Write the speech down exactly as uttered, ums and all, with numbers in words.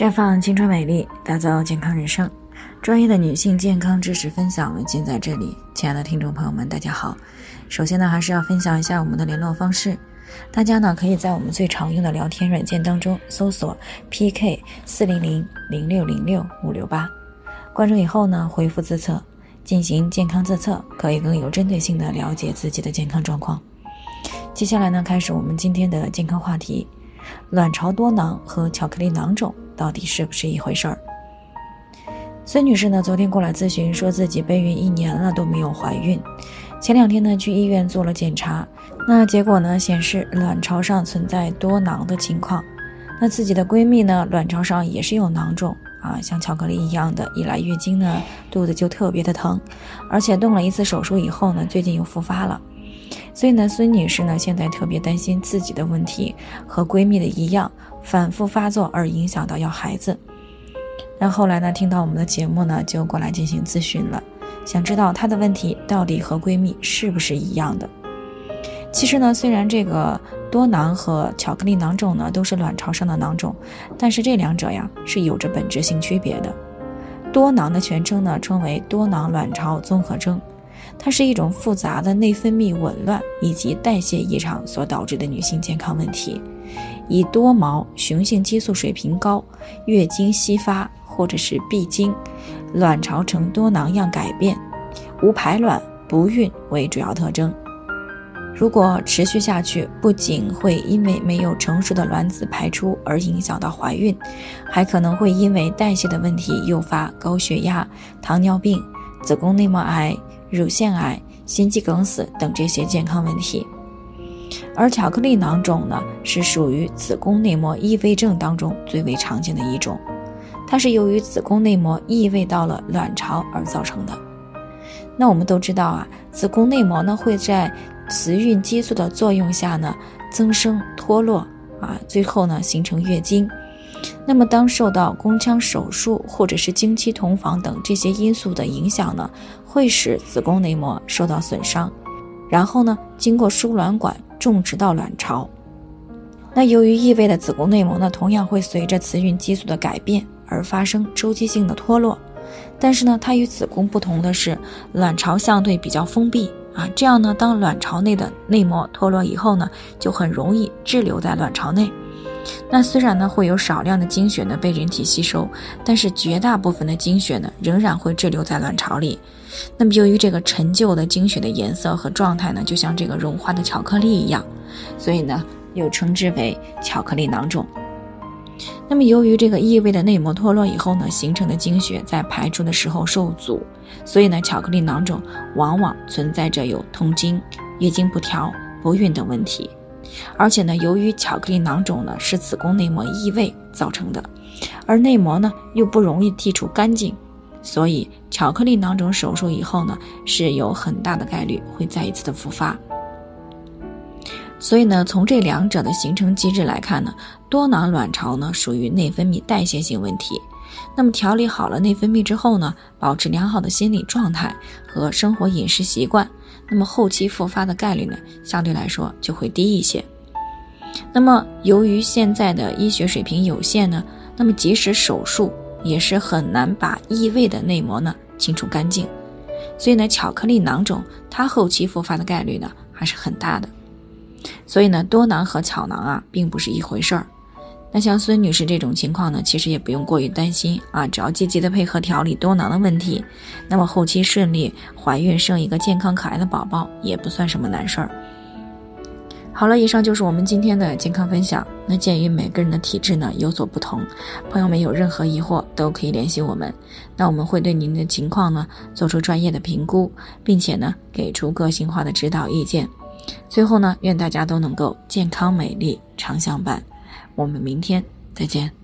绽放青春美丽，打造健康人生。专业的女性健康知识分享尽在这里。亲爱的听众朋友们，大家好。首先呢，还是要分享一下我们的联络方式。大家呢可以在我们最常用的聊天软件当中搜索 P K 四零零 零六零六 五六八，关注以后呢回复自测，进行健康自测，可以更有针对性的了解自己的健康状况。接下来呢，开始我们今天的健康话题。卵巢多囊和巧克力囊肿到底是不是一回事儿？孙女士呢昨天过来咨询，说自己备孕一年了都没有怀孕，前两天呢去医院做了检查，那结果呢显示卵巢上存在多囊的情况。那自己的闺蜜呢卵巢上也是有囊肿啊，像巧克力一样的，一来月经呢肚子就特别的疼，而且动了一次手术以后呢最近又复发了。所以呢，孙女士呢现在特别担心自己的问题和闺蜜的一样，反复发作而影响到要孩子。那后来呢，听到我们的节目呢，就过来进行咨询了，想知道她的问题到底和闺蜜是不是一样的。其实呢，虽然这个多囊和巧克力囊肿呢都是卵巢上的囊肿，但是这两者呀是有着本质性区别的。多囊的全称呢称为多囊卵巢综合征，它是一种复杂的内分泌紊乱以及代谢异常所导致的女性健康问题，以多毛、雄性激素水平高、月经稀发或者是闭经、卵巢呈多囊样改变、无排卵、不孕为主要特征。如果持续下去，不仅会因为没有成熟的卵子排出而影响到怀孕，还可能会因为代谢的问题诱发高血压、糖尿病、子宫内膜癌、乳腺癌、心肌梗死等这些健康问题。而巧克力囊肿呢，是属于子宫内膜异位症当中最为常见的一种，它是由于子宫内膜异位到了卵巢而造成的。那我们都知道啊，子宫内膜呢会在雌孕激素的作用下呢增生脱落啊，最后呢形成月经。那么当受到宫腔手术或者是经期同房等这些因素的影响呢，会使子宫内膜受到损伤，然后呢经过输卵管种植到卵巢。那由于异位的子宫内膜呢，同样会随着雌孕激素的改变而发生周期性的脱落，但是呢它与子宫不同的是，卵巢相对比较封闭啊，这样呢当卵巢内的内膜脱落以后呢，就很容易滞留在卵巢内。那虽然呢会有少量的经血呢被人体吸收，但是绝大部分的经血呢仍然会滞留在卵巢里。那么由于这个陈旧的经血的颜色和状态呢就像这个融化的巧克力一样，所以呢又称之为巧克力囊肿。那么由于这个异位的内膜脱落以后呢，形成的经血在排出的时候受阻，所以呢巧克力囊肿往往存在着有痛经、月经不调、不孕等问题。而且呢，由于巧克力囊肿呢是子宫内膜异位造成的，而内膜呢又不容易剔除干净，所以巧克力囊肿手术以后呢是有很大的概率会再一次的复发。所以呢，从这两者的形成机制来看呢，多囊卵巢呢属于内分泌代谢性问题。那么调理好了内分泌之后呢，保持良好的心理状态和生活饮食习惯，那么后期复发的概率呢相对来说就会低一些。那么由于现在的医学水平有限呢，那么即使手术也是很难把异位的内膜呢清除干净，所以呢巧克力囊肿它后期复发的概率呢还是很大的。所以呢多囊和巧囊啊并不是一回事儿。那像孙女士这种情况呢，其实也不用过于担心啊，只要积极的配合调理多囊的问题，那么后期顺利怀孕生一个健康可爱的宝宝也不算什么难事儿。好了，以上就是我们今天的健康分享。那鉴于每个人的体质呢有所不同，朋友们有任何疑惑都可以联系我们，那我们会对您的情况呢做出专业的评估，并且呢给出个性化的指导意见。最后呢，愿大家都能够健康美丽常相伴。我们明天再见。